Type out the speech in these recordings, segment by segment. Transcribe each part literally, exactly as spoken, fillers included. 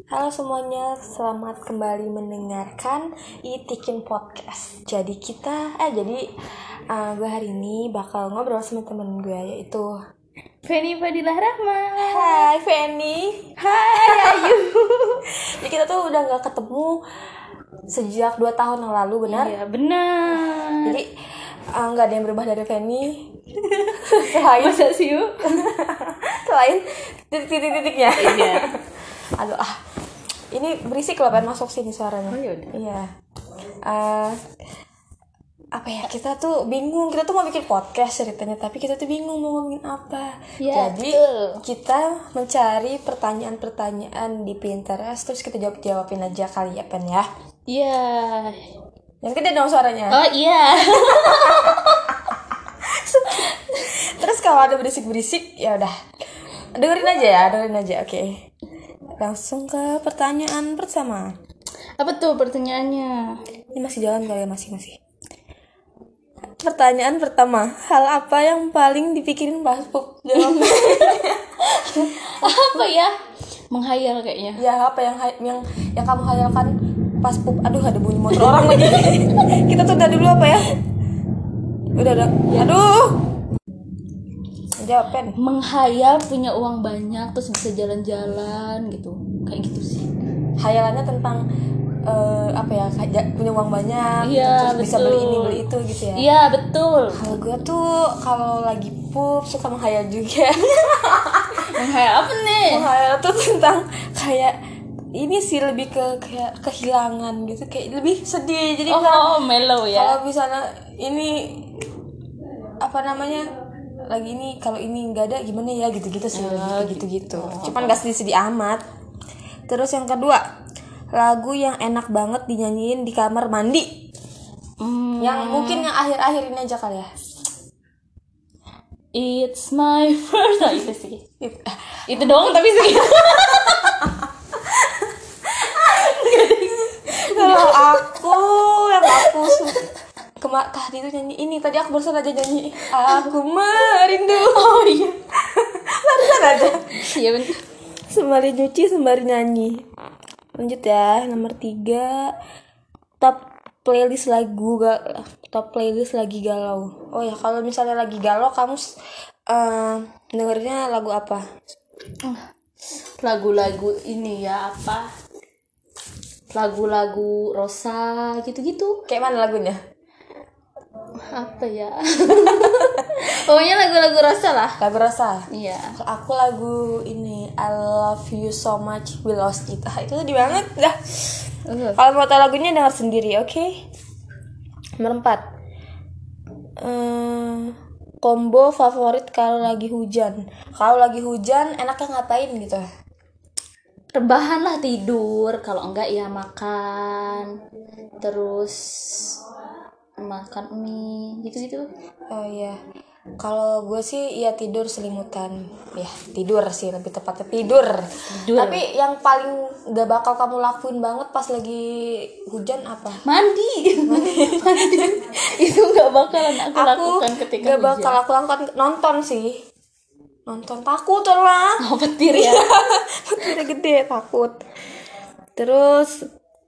Halo semuanya, selamat kembali mendengarkan Itikin Podcast. Jadi kita, eh jadi uh, gue hari ini bakal ngobrol sama temen gue yaitu Feni Fadilah Rahma. Hai Feni. Hai Ayu. Jadi kita tuh udah gak ketemu sejak dua tahun yang lalu, benar? Iya benar. Jadi uh, gak ada yang berubah dari Feni Selain Masa sih yuk? Selain titik-titik-titiknya. Iya. Aduh ah, ini berisik loh, pengen masuk sini suaranya. Oh yaudah. Iya. Uh, apa ya, kita tuh bingung, kita tuh mau bikin podcast ceritanya, tapi kita tuh bingung mau ngomongin apa. Ya, Jadi betul. kita mencari pertanyaan-pertanyaan di Pinterest, terus kita jawab-jawabin aja kali ya Pen ya. Iya. Yang gede dong suaranya. Oh iya. Terus kalau ada berisik-berisik ya udah dengerin aja ya, dengerin aja. Oke. Okay. Langsung ke pertanyaan pertama. Apa tuh pertanyaannya? Ini masih jalan kali ya, masih masih. Pertanyaan pertama, hal apa yang paling dipikirin pas pup? Jawab. Apa ya? Menghayal kayaknya. Ya apa yang yang yang kamu hayalkan pas pup? Aduh, ada bunyi motor orang lagi. Kita tuh udah dulu apa ya? Udah udah. Aduh. Jawab Pen. Menghayal punya uang banyak terus bisa jalan-jalan gitu. Kayak gitu sih. Hayalannya tentang uh, apa ya? Kayak punya uang banyak, Iya, terus bisa betul. beli ini beli itu gitu ya. Iya betul. Kalau gue tuh kalau lagi pup suka menghayal juga. Menghayal apa nih? Menghayal tuh tentang kayak ini sih, lebih ke kayak kehilangan gitu, kayak lebih sedih. Jadi Oh, kalau oh mellow ya. kalau misalnya ini apa namanya lagi ini, kalau ini nggak ada gimana ya gitu-gitu sih, Oh, lebih kayak gitu-gitu. gitu. Cuman nggak sedih-sedih amat. Terus yang kedua, lagu yang enak banget dinyanyiin di kamar mandi. Hmm. Yang mungkin yang akhir-akhir ini aja kali ya. It's my first. Nah, itu sih. Itu doang tapi sih. Kalau aku yang aku suka Kema- tadi itu nyanyi ini, tadi aku barusan aja nyanyi Aku Merindu. Oh iya. Barusan aja. Iya bener. Sembari nyuci sembari nyanyi. Lanjut ya, nomor tiga, top playlist lagu ga- top playlist lagi galau. Oh ya, kalau misalnya lagi galau kamu uh, dengerinnya lagu apa? Lagu-lagu ini ya apa? Lagu-lagu Rosa gitu-gitu. Kayak mana lagunya? Apa ya? Pokoknya lagu-lagu Rosa lah. Lagu Rosa. Iya. Aku lagu ini I Love You So Much We Lost It. Ah, itu sedih banget dah. Uh. Kalau mau tahu lagunya dengar sendiri, oke? Okay? Nomor empat, ehm, combo favorit kalau lagi hujan. Kalau lagi hujan enaknya ngapain gitu? Rebahan lah, tidur. Kalau enggak ya makan. Terus makan mie gitu-gitu. Oh iya. Kalau gue sih ya tidur selimutan. Ya tidur sih, lebih tepatnya tidur. Tidur. Tapi yang paling gak bakal kamu lakuin banget pas lagi hujan apa? Mandi. Mandi. Itu gak bakalan aku, Aku lakukan ketika gak hujan. bakal aku lakukan, nonton sih. Nonton, takut lah. Oh, petir ya. Petirnya gede, takut. Terus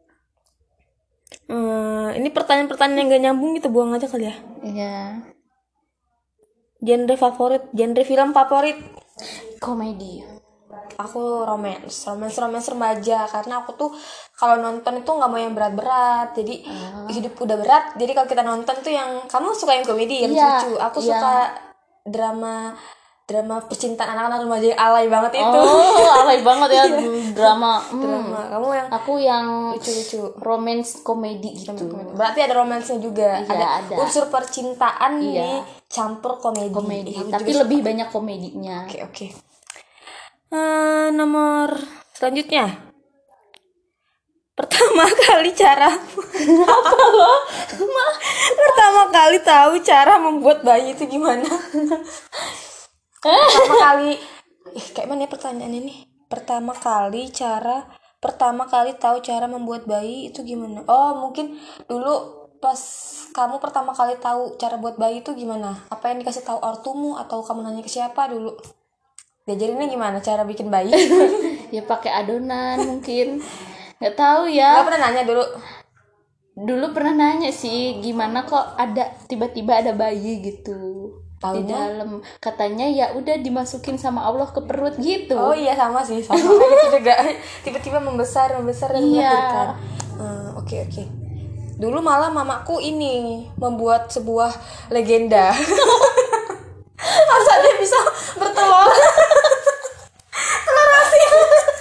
hmm, ini pertanyaan-pertanyaan yang gak nyambung gitu, buang aja kali ya. Iya. Genre favorit, genre film favorit. Komedi. Aku romance, romance romance remaja, karena aku tuh kalau nonton itu nggak mau yang berat-berat. Jadi Ah. hidup udah berat. Jadi kalau kita nonton tuh yang, kamu suka yang komedi, yang Iya, lucu. Aku iya. suka drama drama percintaan anak-anak remaja yang alay banget itu. Oh, alay banget ya drama. Hmm. Drama. Kamu yang Aku yang lucu-lucu. romance komedi gitu. Berarti ada romansnya juga. Iya, ada, ada. unsur percintaan Iya. dicampur komedi. Komedi, Iya, aku tapi juga lebih banyak komedinya. Oke, oke. Eh, nomor selanjutnya. Pertama kali cara Apa lo? Pertama kali tahu cara membuat bayi itu gimana? Pertama kali eh kayak mana ya pertanyaan ini? Pertama kali cara Pertama kali tahu cara membuat bayi itu gimana? Oh, mungkin dulu pas kamu pertama kali tahu cara buat bayi itu gimana? Apa yang dikasih tahu ortumu atau kamu nanya ke siapa dulu? Diajarinnya gimana cara bikin bayi? Ya pakai adonan mungkin. Nggak tahu ya. Nggak pernah nanya dulu. Dulu pernah nanya sih, gimana kok ada tiba-tiba ada bayi gitu di Taunya? dalam. Katanya ya udah dimasukin sama Allah ke perut gitu. Oh iya sama sih, sama kayak gitu juga. Tiba-tiba membesar, membesar dan Iya. melahirkan. Hmm, Oke oke. Dulu malah mamaku ini membuat sebuah legenda. Harus ada bisa bertelur. Telur asin.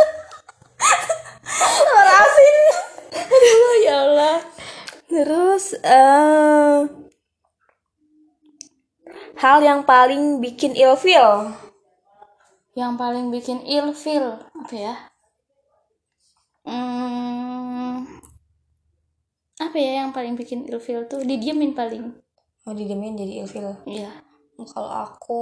Telur asin. Aduh, ya Allah. Terus eh hal yang paling bikin ilfil. Yang paling bikin ilfil apa ya? Hmm, apa ya yang paling bikin ilfil tuh? Didiemin paling. Oh didiemin jadi ilfil. Iya. Kalau aku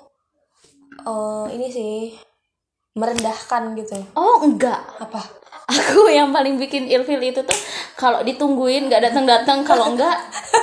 eh ini sih merendahkan gitu. Oh enggak. Apa? Aku yang paling bikin ilfil itu tuh kalau ditungguin nggak datang-datang, kalau enggak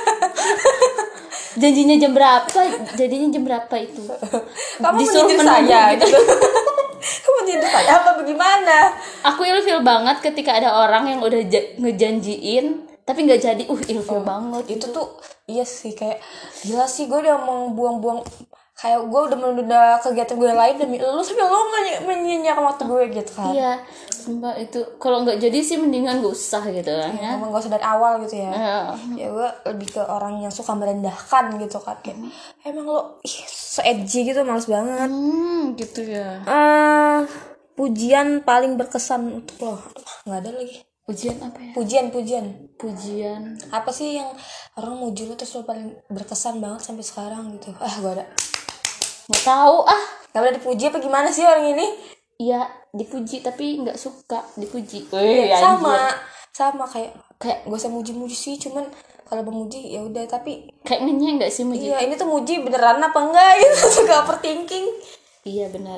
janjinya jam berapa, jadinya jam berapa itu. Kamu Disuruh menyindir menunggu saya gitu. gitu. Kamu menyindir saya apa bagaimana? Aku ilfil banget ketika ada orang yang udah ja- ngejanjiin tapi nggak jadi. Uh ilfil banget. Itu tuh iya sih kayak gila sih gue udah mau buang-buang kayak gue udah menunda kegiatan gue lain demi lu sampai lu nggak menyanyiakan waktu gue gitu kan. Iya, sumpah itu kalau nggak jadi sih mendingan gak usah gitu kan ya. Emang gak usah dari awal gitu ya. Iya. Ya gue lebih ke orang yang suka merendahkan gitu kan kayak emang lo ih so edgy gitu males banget. Hmm, gitu ya. Eh pujian paling berkesan untuk lo. Aduh, nggak ada lagi. Ujian apa ya? Pujian pujian. Pujian. Apa sih yang orang muji lo terus lo paling berkesan banget sampai sekarang gitu? Ah gue ada. Nggak tahu ah. Gak boleh dipuji apa gimana sih orang ini? Iya, dipuji tapi nggak suka dipuji. Ya, Wih, sama anjir. sama kayak Kayak gak usah muji-muji sih, cuman kalau memuji ya udah tapi kayak ngenyek nggak sih muji? iya ini tuh muji beneran apa enggak itu suka overthinking. Iya benar.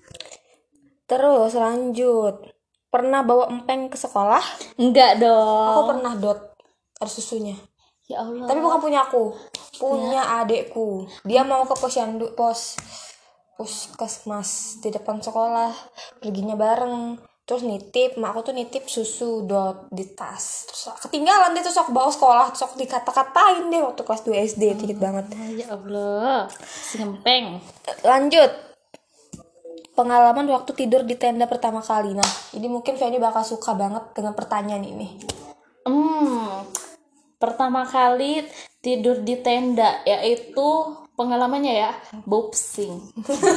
Terus lanjut, pernah bawa empeng ke sekolah? Enggak dong. Aku pernah dot ada susunya. Ya Allah. Tapi bukan punya aku, punya adekku. Dia mau ke posyandu pos puskesmas di depan sekolah, perginya bareng. Terus nitip, mak aku tuh nitip susu dot di tas. Terus ketinggalan dia terus aku bawa sekolah, terus aku dikata-katain deh waktu kelas dua S D, dikit banget. Ya Allah. Si ngempeng. Lanjut. Pengalaman waktu tidur di tenda pertama kali. Nah, ini mungkin Fanny bakal suka banget dengan pertanyaan ini. Hmm. Pertama kali tidur di tenda yaitu pengalamannya ya bau pesing.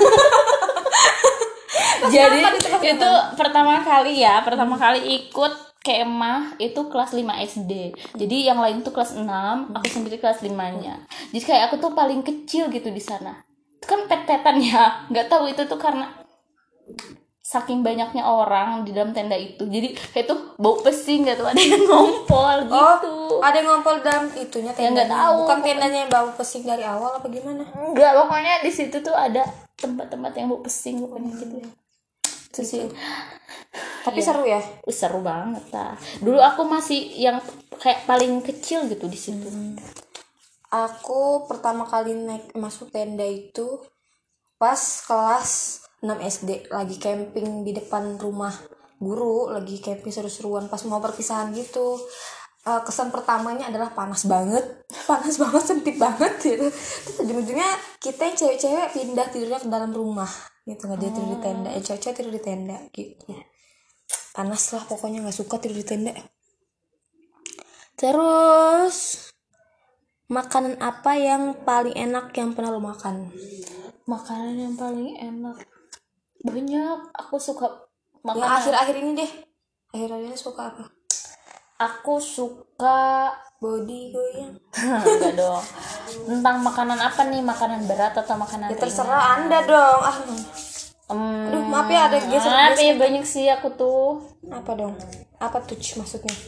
Jadi itu pertama kali ya, pertama kali ikut kemah itu kelas lima S D. Jadi yang lain tuh kelas enam, aku sendiri kelas lima-nya. Jadi kayak aku tuh paling kecil gitu di sana. Itu kan pet-petan ya. Enggak tahu itu tuh karena saking banyaknya orang di dalam tenda itu. Jadi kayak tuh bau pesing gitu, ada yang ngompol gitu. Oh, ada yang ngompol dalam itunya Ya, tendanya. nggak tahu. Bukan tendanya yang bau pesing dari awal apa gimana? Enggak, pokoknya di situ tuh ada tempat-tempat yang bau pesing pokoknya gitu. Itu sih. Tapi Iya. seru ya. Uh, seru banget lah. Dulu aku masih yang kayak paling kecil gitu di situ. Aku pertama kali naik masuk tenda itu pas kelas enam S D, lagi camping di depan rumah guru, lagi camping seru-seruan pas mau perpisahan gitu. Uh, kesan pertamanya adalah panas banget, panas banget, sempit banget gitu. Terus ujung-ujungnya kita yang cewek-cewek pindah tidurnya ke dalam rumah gitu, nggak jadi tidur di tenda. Eh cewek-cewek tidur di tenda gitu. Panas lah pokoknya, nggak suka tidur di tenda. Terus makanan apa yang paling enak yang pernah lo makan? Makanan yang paling enak banyak. Aku suka Yang makanan. akhir-akhir ini deh. Akhir-akhir ini suka apa? Aku suka Body goyang. enggak dong. Tentang makanan apa nih? Makanan berat atau makanan Ya terserah Anda dong. Ah, Hmm, aduh maaf ya ada geser Maaf ya geser. banyak sih aku tuh. Apa dong? Apa tuh maksudnya?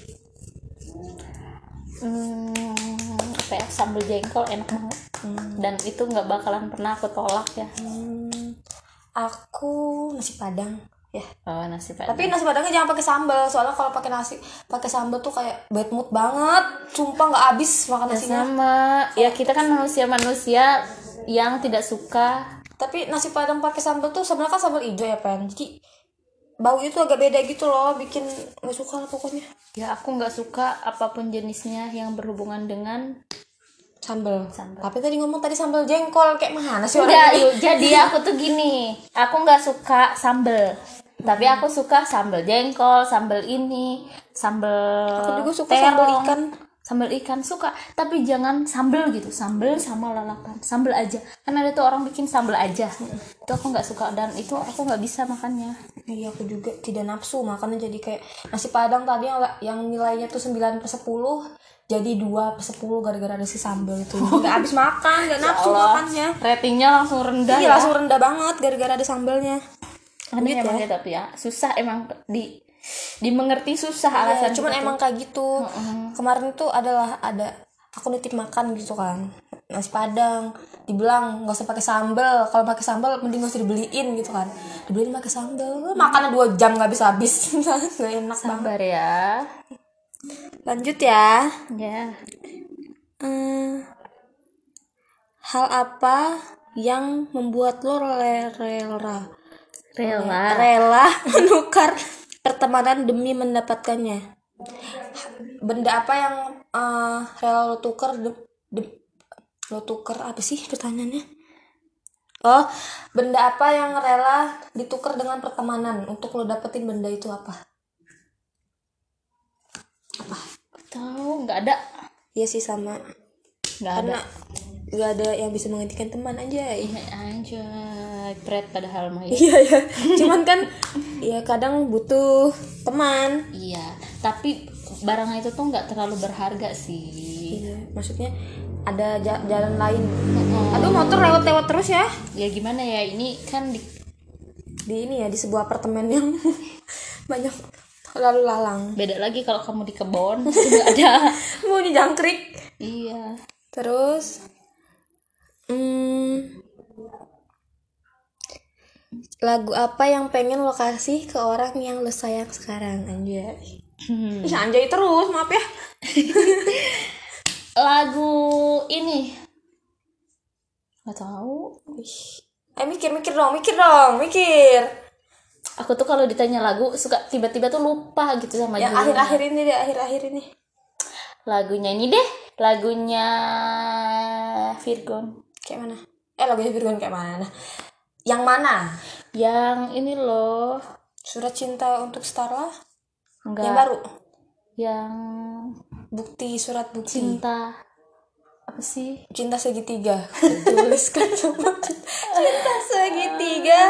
Hmm, apa ya, sambal jengkol enak banget. Dan itu nggak bakalan pernah aku tolak ya. Hmm, aku nasi padang. Ya. Oh, nasi padang. Tapi nasi padangnya jangan pakai sambal. Soalnya kalau pakai nasi pakai sambal tuh kayak bad mood banget. Sumpah nggak habis makan Ya, nasinya. sama. Ya kita kan manusia-manusia yang tidak suka. Tapi nasi padang pakai sambal tuh sebenarnya kan sambal hijau ya Pen. Jadi bau itu agak beda gitu loh, bikin nggak suka lah pokoknya. Ya aku nggak suka apapun jenisnya yang berhubungan dengan Sambal. Sambal. Tapi tadi ngomong tadi sambal jengkol, kayak mana sih Enggak, orang ini? yuk, jadi aku tuh gini, aku nggak suka sambel, tapi aku suka sambal jengkol, sambal ini, sambal Aku juga suka sambal terong, ikan. sambal ikan suka, tapi jangan sambel gitu, sambel sama lalapan, sambel aja. Kan ada tuh orang bikin sambel aja, itu aku nggak suka dan itu aku nggak bisa makannya. Iya, aku juga tidak nafsu makannya, jadi kayak nasi padang tadi yang yang nilainya tuh sembilan per sepuluh jadi dua per sepuluh gara-gara ada si sambal itu. Nggak habis makan, nggak nafsu Allah, makannya. ratingnya langsung rendah. Iya, ya. langsung rendah banget gara-gara ada sambalnya. Aneh Gitu emang ya. ya, tapi ya susah emang di dimengerti susah Iya, alasan cuman gitu. emang kayak gitu. Kemarin itu adalah ada aku nitip makan gitu kan, nasi padang, dibilang nggak usah pakai sambal, kalau pakai sambal mending nggak usah dibeliin gitu kan, dibeliin pakai sambal, makannya dua jam nggak habis habis. Nggak enak banget. Sabar ya. Lanjut ya. Ya. Hmm, hal apa yang membuat lo rela rela Rela. rela menukar pertemanan demi mendapatkannya? Benda apa yang uh, rela lo tukar de- de- lo tukar apa sih pertanyaannya? Oh, benda apa yang rela ditukar dengan pertemanan untuk lo dapetin benda itu apa? Tahu nggak ada. Iya sih sama. Nggak ada. Karena nggak ada yang bisa menggantikan teman aja. Ini aja. Pret padahal mah ya. Iya ya. Cuman kan ya kadang butuh teman. Iya. Tapi barang itu tuh nggak terlalu berharga sih. Iya. Maksudnya ada ja- jalan lain. Mm-mm. Aduh, motor lewat-lewat terus ya. Ya gimana ya, ini kan di Di ini ya, di sebuah apartemen yang banyak lalu lalang. beda lagi kalau kamu di kebon itu nggak ada. Mau di jangkrik. Iya. Terus hmm, lagu apa yang pengen lo kasih ke orang yang lo sayang sekarang? Anjay. Hmm. Ih, anjay terus, maaf ya. Lagu ini nggak tahu. Eh mikir-mikir dong, mikir dong, mikir. Aku tuh kalau ditanya lagu suka tiba-tiba tuh lupa gitu sama Yang judulnya. akhir-akhir ini deh, akhir-akhir ini. Lagunya ini deh, lagunya Virgon. Kayak mana? Eh lagunya Virgon kayak mana? Yang mana? Yang ini loh. Surat Cinta untuk Starla? Enggak. Yang baru? Yang Bukti, surat bukti. cinta apa sih? Cinta segitiga. Tuliskan semua cinta. Cinta segitiga.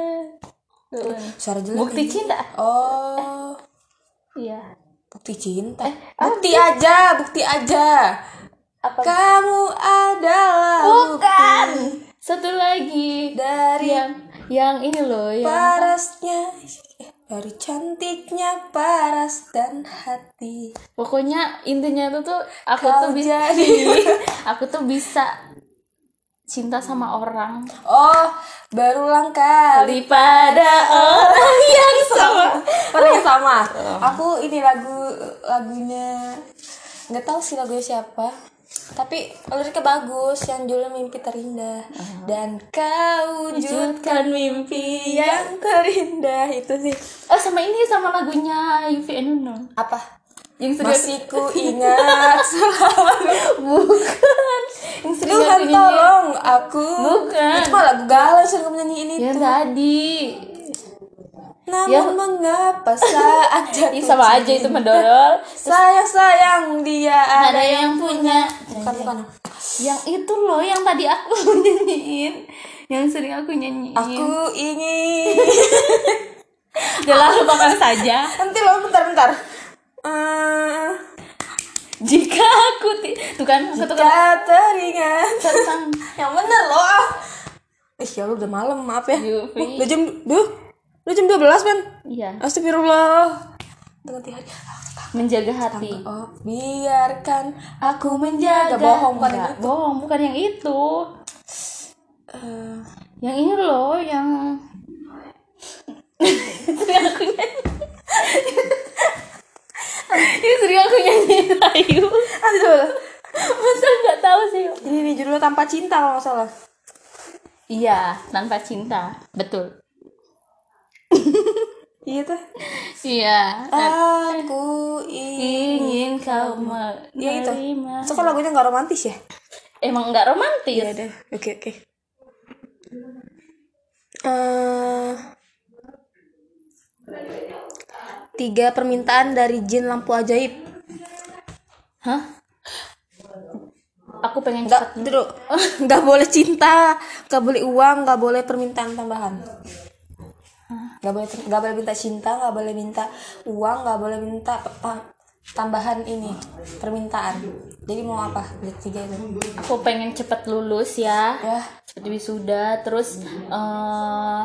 Suara jelek. Bukti ini. cinta. Oh, Iya. bukti cinta. Bukti aja, bukti aja. Apa? Kamu adalah Bukan. bukti Satu lagi dari yang yang ini loh yang parasnya, dari cantiknya paras dan hati. pokoknya intinya tuh tuh aku Kau tuh bisa jadi- aku tuh bisa cinta sama orang Oh, berulang kali daripada orang yang sama. orang yang sama. Aku ini lagu lagunya nggak tahu sih lagunya siapa. Tapi liriknya bagus, yang judulnya Mimpi Terindah. Dan kau wujudkan mimpi yang terindah, itu sih. Oh sama ini sama lagunya Yufi and Nuno Apa? yang sering Masih ku ingat selalu. bukan yang sering Tuhan aku nyanyiin. tolong aku. Bukan. Itu mah lagu galau sering kamu nyanyiin itu. Yang tadi Namun yang- mengapa saat jatuh Ih, sama aja itu mendorol. sayang sayang dia Ada yang punya. bukan bukan Yang itu loh yang tadi aku nyanyiin, yang sering aku nyanyiin. aku ingin. Udah lah, lupakan saja. Nanti lo bentar bentar. Eh, Jika aku ti- tuh kan aku tuh kan jika teringat. tentang Yang bener loh. Ih ya lu udah malam, maaf ya. Yufi. Uh, udah jam duh. Udah jam dua belas, men. Iya, Astagfirullah. Ganti hari. menjaga hati. Oh, biarkan aku menjaga. Jaga. Bohong kan Enggak, itu. bohong, bukan yang itu. Eh, Yang ini loh, yang sering aku nyanyi. Yang sering aku nyanyiin Ayu. aduh. Masa nggak tahu sih? Ini nih judulnya Tanpa Cinta kalau nggak salah. Iya, tanpa cinta, betul. Iya tuh. Iya. Aku Ingin ingin kau Ya itu. menerima. So kan lagunya nggak romantis ya? Emang nggak romantis. Iya deh. Oke oke. Eh, tiga permintaan dari jin lampu ajaib. Hah? Aku pengen Nggak, cepat. dulu. Nggak boleh cinta, nggak boleh uang, nggak boleh permintaan tambahan. Nggak boleh nggak boleh minta cinta, nggak boleh minta uang, nggak boleh minta ta- tambahan ini permintaan. Jadi mau apa? Dari tiga itu. Aku pengen cepet lulus ya. Ya. Cepet wisuda, terus eh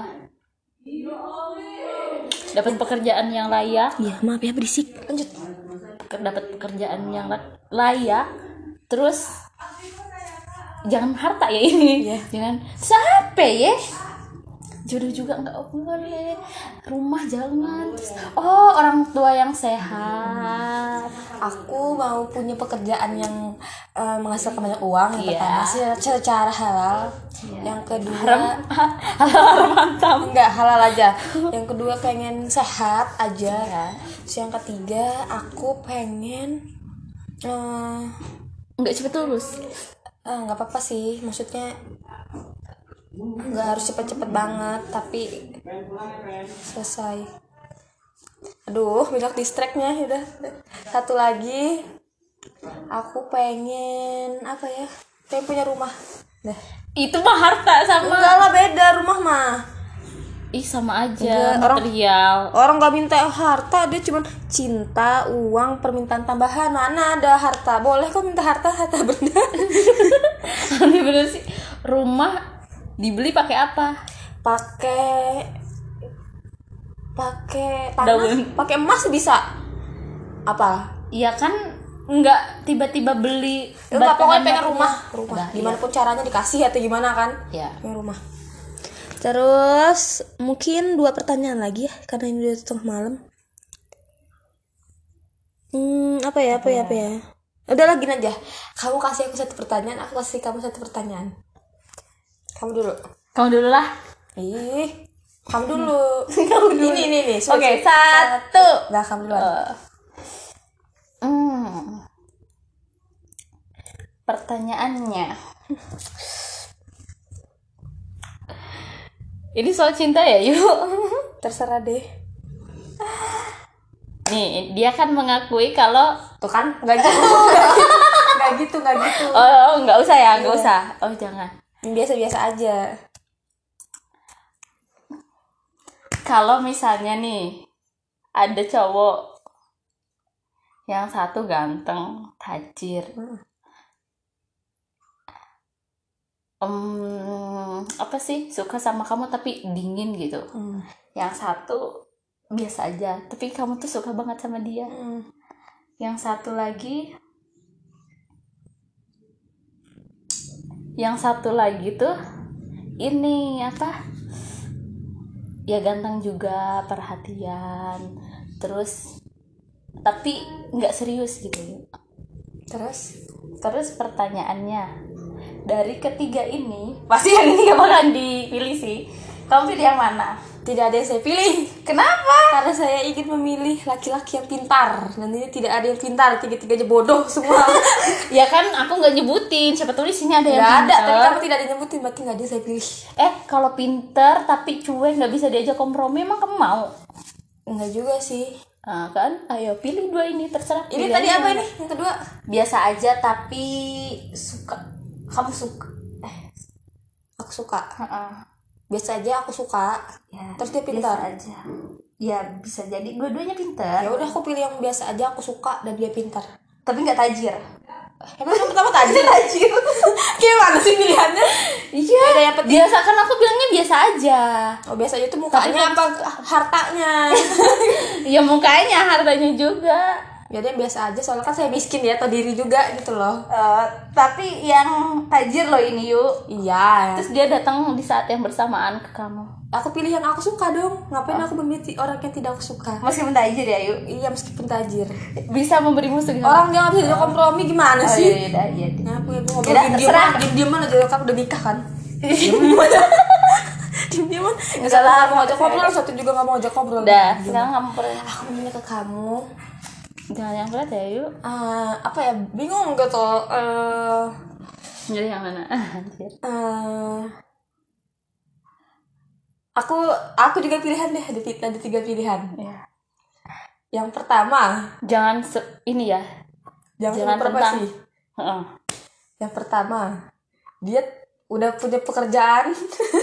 dapat pekerjaan yang layak, Iya, maaf ya berisik. Lanjut. dapat pekerjaan yang la- layak, terus jangan harta ya ini. Iya. Jangan sampai ya. Jodoh juga nggak boleh, rumah jangan. Terus, oh orang tua yang sehat. Aku mau punya pekerjaan yang eh, menghasilkan banyak uang yang Iya. pertama sih secara halal. Yang kedua Haram mantap. enggak halal aja. Yang kedua pengen sehat aja. Iya. Terus yang ketiga aku pengen eh Nggak cepet lulus. eh, nggak apa-apa sih, maksudnya nggak harus cepet-cepet banget tapi selesai. Aduh, banyak distract-nya. Udah satu lagi, aku pengen apa ya, pengen punya rumah. Dah. Itu mah harta sama. Enggak lah, beda rumah mah. Ih sama aja. Enggak, orang- Material. Orang nggak minta harta, dia cuma cinta, uang, permintaan tambahan. Mana ada harta? Boleh kok minta harta, harta benda. Ini bener sih. Rumah dibeli pakai apa? Pakai pakai tanah, Daun. pakai emas bisa. Apa? Iya kan nggak tiba-tiba beli. Enggak, pokoknya pengen batangan rumah. batunya. Rumah. Udah, Gimana pun caranya dikasih atau gimana kan? Iya. Pengen rumah. Terus mungkin dua pertanyaan lagi ya, karena ini udah tengah malam. Hmm, apa ya, apa ya, apa ya? Udah lagi aja. Kamu kasih aku satu pertanyaan, aku kasih kamu satu pertanyaan. Kamu dulu. Kamu dulu lah. Ih, kamu dulu. kamu dulu. Ini, ini, ini. Oke, okay, satu. Nah, kamu dulu. Uh, hmm. Pertanyaannya. Ini soal cinta ya, yuk. Terserah deh. Nih, dia kan mengakui kalau Tuh kan, nggak gitu. Nggak gitu, nggak gitu. oh, nggak usah ya, nggak Iya. usah. Oh, jangan. Biasa-biasa aja. Kalau misalnya nih ada cowok yang satu ganteng, tajir, um, apa sih suka sama kamu tapi dingin gitu. Hmm. Yang satu biasa aja, tapi kamu tuh suka banget sama dia. Hmm. Yang satu lagi, yang satu lagi tuh ini apa? Ya ganteng juga, perhatian, terus tapi nggak serius gitu. Terus? Terus pertanyaannya, dari ketiga ini pasti yang ini gak bakalan dipilih sih. Kamu pilih yang mana? Tidak ada yang saya pilih. Kenapa? Karena saya ingin memilih laki-laki yang pintar. Dan ini tidak ada yang pintar, tiga-tiganya bodoh semua. Ya kan aku nggak nyebutin, siapa tulis sini ada yang Gak ada, pinter. tapi kamu tidak ada yang nyebutin, berarti gak ada yang saya pilih. Eh kalau pinter tapi cuek nggak bisa diajak kompromi, emang kamu mau? Enggak juga sih. Nah, kan, ayo pilih dua ini terserah. Ini Pilih tadi aja apa yang ini? Yang kedua? biasa aja tapi suka. Kamu suka. Eh, aku suka. Heeh. Biasa aja aku suka. Ya, Terus dia pintar. biasa aja. Ya bisa jadi dua-duanya pintar. Ya udah aku pilih yang biasa aja, aku suka dan dia pintar. Tapi nggak tajir. Emang yang pertama tajir? Tajir. Gimana sih pilihannya? Iya. Beda yang penting. Biasa kan aku bilangnya biasa aja. Oh, biasa aja tuh mukanya apa hartanya? Ya mukanya, hartanya juga. Ya udah yang biasa aja, soalnya kan saya miskin ya, atau diri juga gitu loh. Uh, tapi yang tajir loh ini yuk. Iya. Terus dia datang di saat yang bersamaan ke kamu. Aku pilih yang aku suka dong. Ngapain aku memilih orang yang tidak aku suka? Meskipun tajir ya yuk. Iya, meskipun tajir. Bisa memberimu segala. Orang dia nggak bisa diajak kompromi gimana Oh, sih? iya, iya, iya, iya. Nah, aku ngobrol Yaudah, diem terserah. diem diem aja, kamu udah nikah kan? Diem-dieman. Yang satu nggak mau ngajak ngobrol, yang satu juga nggak mau ngajak ngobrol. Udah, sekarang kamu pernah. Aku nanya ke kamu. Jangan yang berat ya, yuk. Uh, apa ya? Bingung gitu. Uh, Jadi yang mana? uh, aku aku juga pilihan deh. Ada, ada tiga pilihan. Ya. Yang pertama, jangan se- ini ya. Jangan, jangan tentang. Uh-uh. Yang pertama, dia udah punya pekerjaan,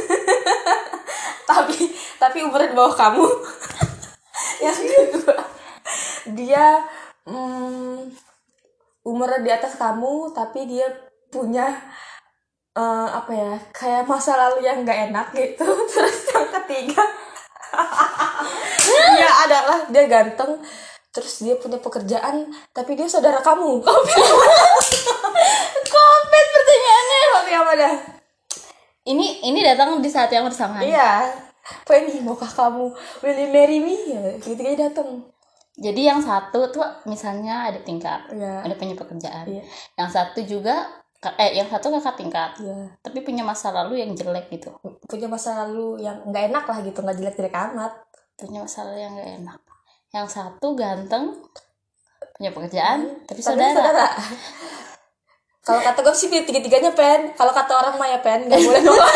tapi tapi umur di bawah kamu. Yang kedua, dia hmm, umurnya di atas kamu, tapi dia punya uh, apa ya, kayak masa lalu yang nggak enak gitu. Terus yang ketiga, dia adalah dia ganteng, terus dia punya pekerjaan, tapi dia saudara kamu. Kompet pertanyaannya. Tapi apa dah? Ini ini datang di saat yang bersamaan. Iya. Penny, maukah kamu will you marry me? Ya, tiga-tiganya datang. Jadi yang satu tuh misalnya ada tingkat, ya. ada punya pekerjaan. Ya. Yang satu juga eh yang satu kakak tingkat. Ya. Tapi punya masa lalu yang jelek gitu. Punya masa lalu yang nggak enak lah gitu, nggak jelek-jelek amat. Punya masa lalu yang nggak enak. Yang satu ganteng, punya pekerjaan, hmm, tapi, tapi saudara. saudara. Kalau kata gue sih tiga-tiganya Pen. Kalau kata orang mah ya Pen, nggak boleh nolak.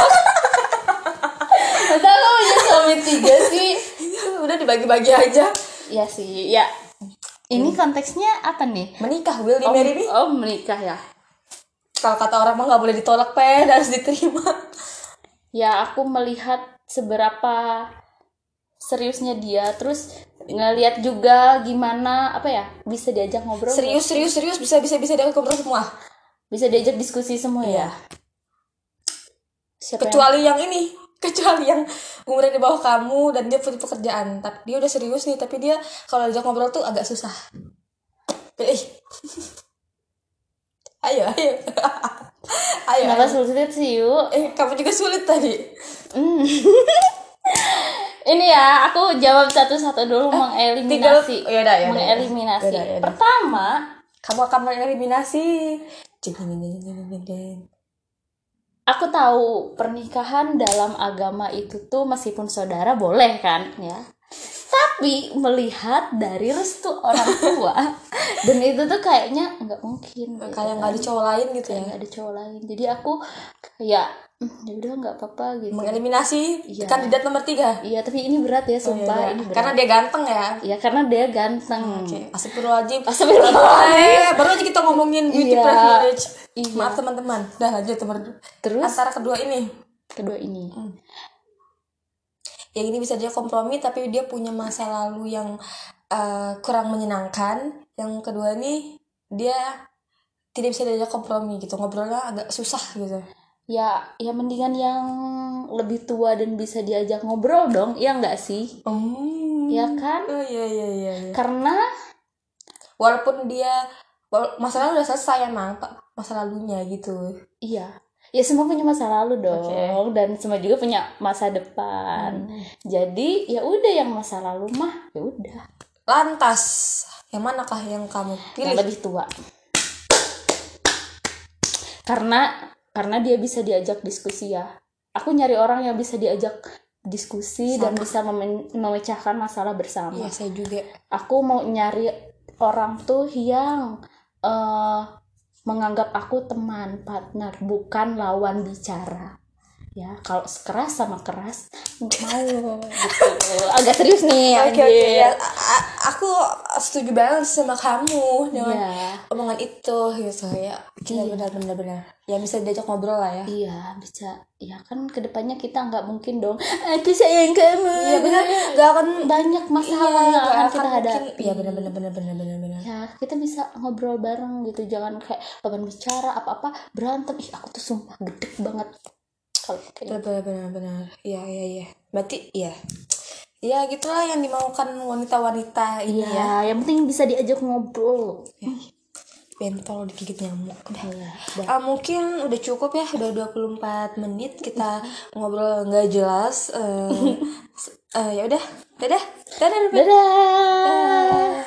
Masa lo punya suami tiga sih? Udah dibagi-bagi aja. Ya sih, ya. Ini konteksnya apa nih? Menikah, will you oh, marry me? Oh, menikah ya. Kalau kata orang mah nggak boleh ditolak Pen, harus diterima. Ya, aku melihat seberapa seriusnya dia, terus ngelihat juga gimana apa ya, bisa diajak ngobrol. Serius, gak? serius, serius bisa bisa bisa diajak ngobrol semua. Bisa diajak diskusi semua iya. ya. Siapa kecuali yang... yang ini, kecuali yang umurnya di bawah kamu dan dia punya pekerjaan, tapi dia udah serius nih, tapi dia kalau diajak ngobrol tuh agak susah. Pilih. Ayo, ayo. Ayo. Kenapa sulit sih, yuk? Eh, kamu juga sulit tadi. Mm. Ini ya, aku jawab satu-satu dulu eh, mengeliminasi. Tiga, oh, yaudah, yaudah, mengeliminasi. Yaudah, yaudah. Pertama, kamu akan mengeliminasi. Aku tahu pernikahan dalam agama itu tuh meskipun saudara boleh kan, ya. Tapi melihat dari restu orang tua dan itu tuh kayaknya nggak mungkin. Kayak gitu, nggak ada cowok lain gitu ya. Nggak ada cowok lain. Jadi aku kayak ya udah nggak apa-apa gitu. Mengeliminasi ya. Kandidat nomor tiga. Iya, tapi ini berat ya, sumpah. Oh, iya, ini berat. Karena dia ganteng ya. Iya, karena dia ganteng. Oke. Okay. Astagfirullahaladzim. Astagfirullahaladzim. Baru aja kita ngomongin beauty iya. privilege. Iya. Maaf teman-teman. Dah lanjut teman. Terus antara kedua ini. Kedua ini. Hmm. Yang ini bisa dia kompromi tapi dia punya masa lalu yang uh, kurang menyenangkan. Yang kedua ini dia tidak bisa diajak kompromi gitu, ngobrolnya agak susah gitu. Ya, ya mendingan yang lebih tua dan bisa diajak ngobrol dong, ya enggak sih? Hmm. Ya kan? Oh iya iya iya. iya. Karena walaupun dia masalahnya udah selesai emang Pak, masa lalunya gitu. Iya. Ya semua punya masa lalu dong, okay. Dan semua juga punya masa depan. Hmm. Jadi ya udah yang masa lalu mah ya udah. Lantas, yang manakah yang kamu pilih? Yang lebih tua. Karena karena dia bisa diajak diskusi ya. Aku nyari orang yang bisa diajak diskusi sama. Dan bisa mem- memecahkan masalah bersama. Iya, saya juga. Aku mau nyari orang tuh yang uh, menganggap aku teman, partner, bukan lawan bicara. Ya, kalau keras sama keras mau gitu. Agak serius nih. Oke okay, oke okay. ya. A- aku setuju banget sama kamu dengan yeah. omongan itu gitu ya. Kita yeah. benar-benar benar. Ya bisa diajak ngobrol lah ya. Iya, bisa. Ya kan kedepannya kita nggak mungkin dong. Aku sayang kamu. Iya benar. Gak akan banyak masalah iya, yang akan kita mungkin, hadapi. Iya benar-benar benar-benar benar-benar. Ya kita bisa ngobrol bareng gitu. Jangan kayak lawan bicara apa-apa berantem. Ih aku tuh sumpah gedek banget. Benar-benar, iya iya iya. Berarti iya, ya gitulah yang dimaukan wanita-wanita ini ya. ya. Yang penting bisa diajak ngobrol. Ya. Bentol digigit nyamuk. Ya, uh, mungkin udah cukup ya, udah dua puluh empat menit kita ngobrol nggak jelas. Uh, uh, ya udah, dadah, dadah, dadah. dadah.